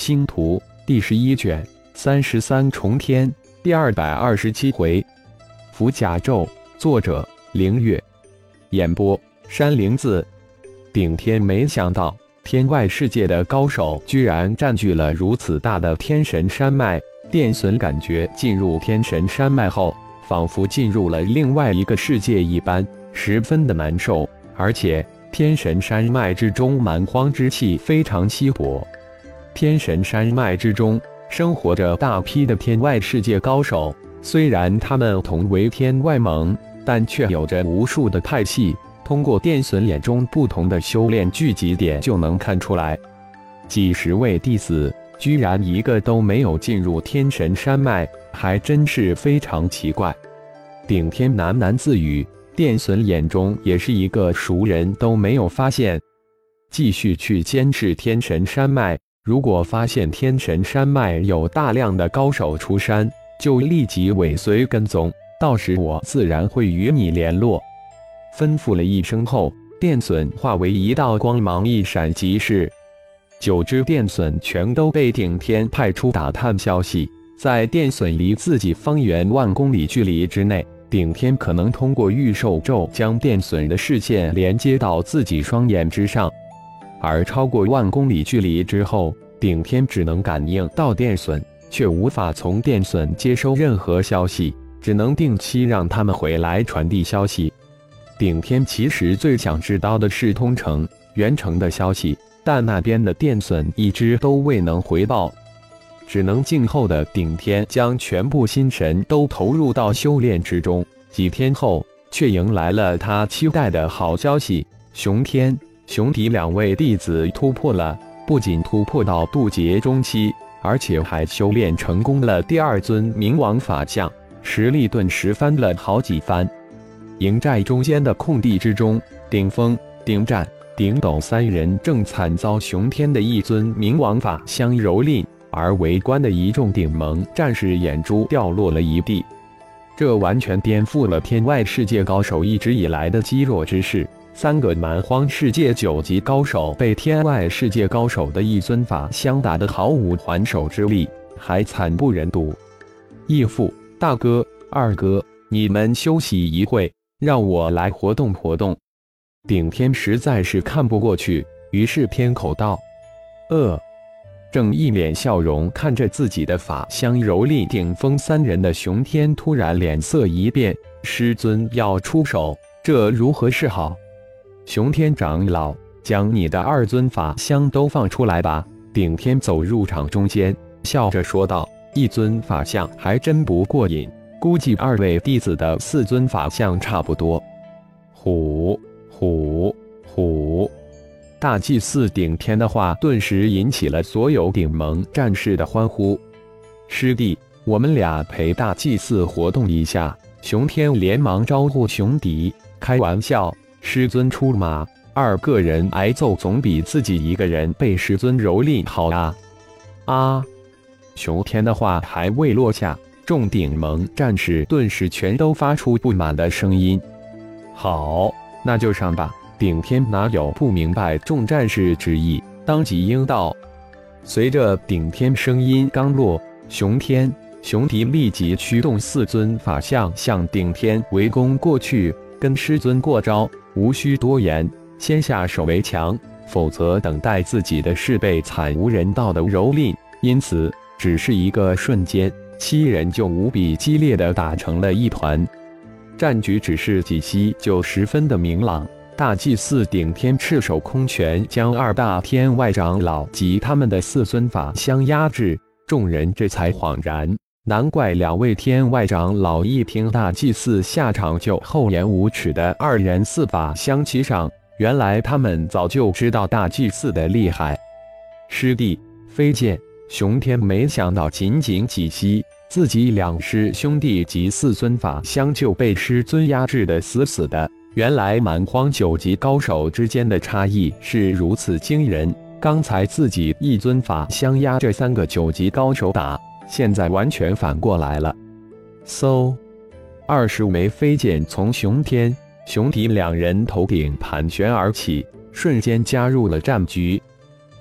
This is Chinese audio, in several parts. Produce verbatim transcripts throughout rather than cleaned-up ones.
星图第十一卷三十三重天第二百二十七回。符甲咒，作者凌月，演播山灵子。顶天没想到天外世界的高手居然占据了如此大的天神山脉，电隼感觉进入天神山脉后，仿佛进入了另外一个世界一般，十分的难受。而且天神山脉之中蛮荒之气非常稀薄，天神山脉之中生活着大批的天外世界高手，虽然他们同为天外盟，但却有着无数的派系，通过电隼眼中不同的修炼聚集点就能看出来。几十位弟子居然一个都没有进入天神山脉，还真是非常奇怪。顶天喃喃自语，电隼眼中也是一个熟人都没有发现。继续去监视天神山脉，如果发现天神山脉有大量的高手出山，就立即尾随跟踪，到时我自然会与你联络。吩咐了一声后，电隼化为一道光芒一闪即逝。九只电隼全都被顶天派出打探消息，在电隼离自己方圆万公里距离之内，顶天可能通过御兽咒将电隼的视线连接到自己双眼之上，而超过万公里距离之后，顶天只能感应到电隼，却无法从电隼接收任何消息，只能定期让他们回来传递消息。顶天其实最想知道的是通城、元城的消息，但那边的电隼一只都未能回报，只能静候的顶天将全部心神都投入到修炼之中。几天后，却迎来了他期待的好消息：熊天、熊迪两位弟子突破了，不仅突破到渡劫中期，而且还修炼成功了第二尊冥王法相，实力顿时翻了好几番。营寨中间的空地之中，顶峰、顶战、顶斗三人正惨遭熊天的一尊冥王法相蹂躏，而围观的一众顶盟战士眼珠掉落了一地。这完全颠覆了天外世界高手一直以来的积弱之势。三个蛮荒世界九级高手被天外世界高手的一尊法相打得毫无还手之力，还惨不忍睹。义父、大哥、二哥，你们休息一会，让我来活动活动。顶天实在是看不过去，于是偏口道：呃。正一脸笑容看着自己的法相蹂躏顶峰三人的熊天突然脸色一变，师尊要出手，这如何是好？熊天长老，将你的二尊法相都放出来吧。顶天走入场中间，笑着说道：一尊法相还真不过瘾，估计二位弟子的四尊法相差不多。虎虎虎！大祭司顶天的话顿时引起了所有顶盟战士的欢呼。师弟，我们俩陪大祭司活动一下。熊天连忙招呼熊迪，开玩笑，师尊出马，二个人挨揍总比自己一个人被师尊蹂躏好啊！啊！熊天的话还未落下，众顶盟战士顿时全都发出不满的声音。好，那就上吧。顶天哪有不明白众战士之意，当即应道。随着顶天声音刚落，熊天、熊迪立即驱动四尊法相向顶天围攻过去，跟师尊过招，无需多言，先下手为强，否则等待自己的是被惨无人道的蹂躏。因此，只是一个瞬间，七人就无比激烈地打成了一团。战局只是几息就十分的明朗。大祭司顶天赤手空拳将二大天外长老及他们的四尊法相压制，众人这才恍然，难怪两位天外长老一听大祭司下场就厚颜无耻的二人四法相齐上，原来他们早就知道大祭司的厉害。师弟飞剑，熊天没想到仅仅几息，自己两师兄弟及四尊法相就被师尊压制得死死的。原来蛮荒九级高手之间的差异是如此惊人，刚才自己一尊法相压这三个九级高手打，现在完全反过来了。嗖，二十枚飞剑从熊天、熊迪两人头顶盘旋而起，瞬间加入了战局。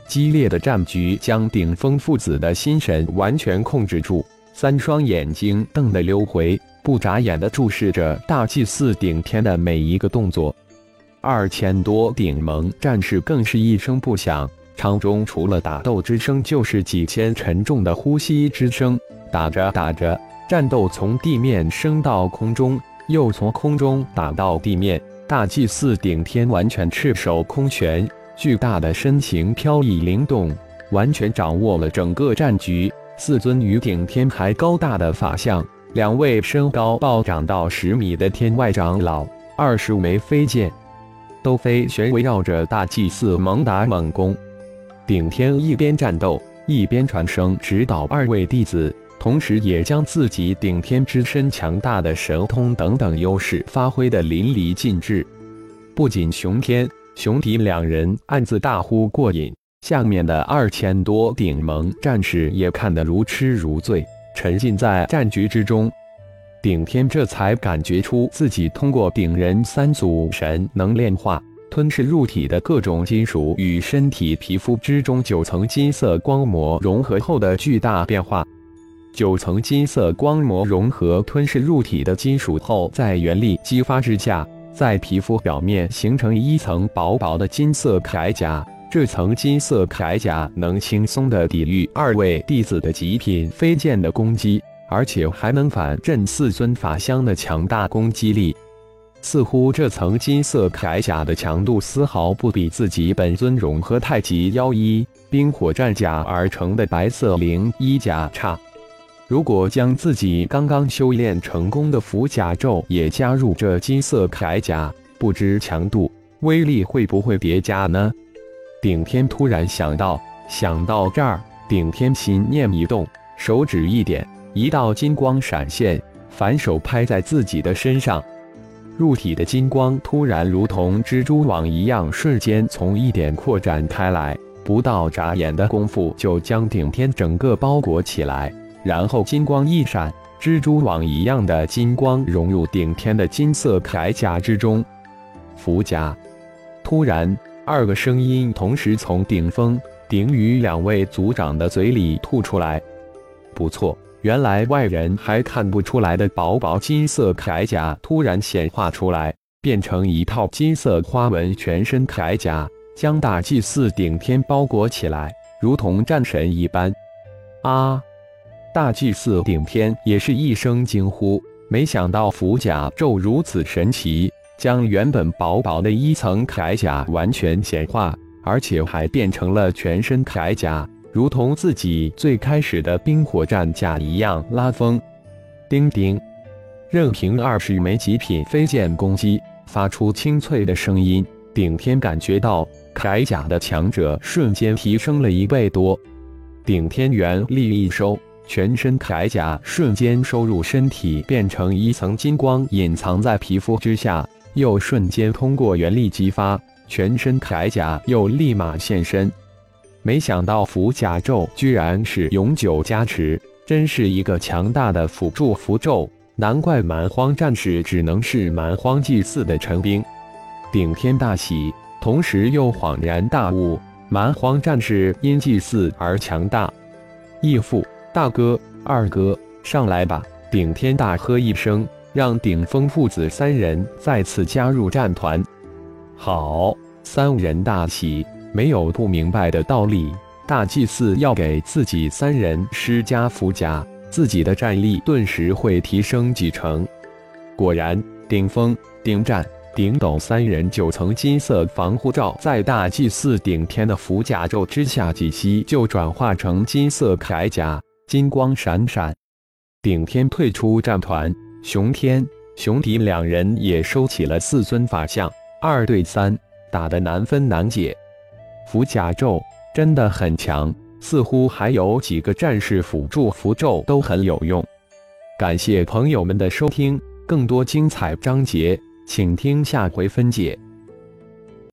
激烈的战局将顶峰父子的心神完全控制住，三双眼睛瞪得溜回，不眨眼地注视着大祭司顶天的每一个动作。二千多顶盟战士更是一声不响，场中除了打斗之声，就是几千沉重的呼吸之声。打着打着，战斗从地面升到空中，又从空中打到地面。大祭司顶天完全赤手空拳，巨大的身形飘逸灵动，完全掌握了整个战局。四尊与顶天还高大的法相，两位身高暴涨到十米的天外长老，二十枚飞剑都飞旋围绕着大祭司猛打猛攻。顶天一边战斗，一边传声指导二位弟子，同时也将自己顶天之身强大的神通等等优势发挥得淋漓尽致。不仅熊天、熊迪两人暗自大呼过瘾，下面的二千多顶盟战士也看得如痴如醉，沉浸在战局之中。顶天这才感觉出自己通过顶人三祖神能炼化、吞噬入体的各种金属与身体皮肤之中九层金色光膜融合后的巨大变化。九层金色光膜融合吞噬入体的金属后，在原力激发之下，在皮肤表面形成一层薄薄的金色铠甲。这层金色铠甲能轻松地抵御二位弟子的极品飞剑的攻击，而且还能反震四尊法相的强大攻击力。似乎这层金色铠甲的强度丝毫不比自己本尊融合太极妖衣冰火战甲而成的白色灵衣甲差。如果将自己刚刚修炼成功的符甲咒也加入这金色铠甲，不知强度、威力会不会叠加呢？顶天突然想到，想到这儿，顶天心念一动，手指一点，一道金光闪现，反手拍在自己的身上。入体的金光突然如同蜘蛛网一样，瞬间从一点扩展开来，不到眨眼的功夫就将顶天整个包裹起来。然后金光一闪，蜘蛛网一样的金光融入顶天的金色铠甲之中。符甲！突然，二个声音同时从顶峰、顶宇两位族长的嘴里吐出来。不错，原来外人还看不出来的薄薄金色铠甲突然显化出来，变成一套金色花纹全身铠甲，将大祭司顶天包裹起来，如同战神一般。啊！大祭司顶天也是一声惊呼，没想到符甲咒如此神奇，将原本薄薄的一层铠甲完全显化，而且还变成了全身铠甲，如同自己最开始的冰火战甲一样拉风。叮叮，任凭二十枚极品飞剑攻击，发出清脆的声音。顶天感觉到铠甲的强者瞬间提升了一倍多。顶天元力一收，全身铠甲瞬间收入身体，变成一层金光，隐藏在皮肤之下。又瞬间通过元力激发，全身铠甲又立马现身。没想到符甲咒居然是永久加持，真是一个强大的辅助符咒，难怪蛮荒战士只能是蛮荒祭祀的陈兵。顶天大喜，同时又恍然大悟，蛮荒战士因祭祀而强大。义父、大哥、二哥，上来吧！顶天大喝一声，让顶峰父子三人再次加入战团。好，三人大喜，没有不明白的道理。大祭司要给自己三人施加符甲，自己的战力顿时会提升几成。果然，顶峰、顶战、顶斗三人九层金色防护罩在大祭司顶天的符甲咒之下，几息就转化成金色铠甲，金光闪闪。顶天退出战团，熊天、熊迪两人也收起了四尊法相，二对三，打得难分难解。符甲咒真的很强，似乎还有几个战士辅助符咒都很有用。感谢朋友们的收听，更多精彩章节，请听下回分解。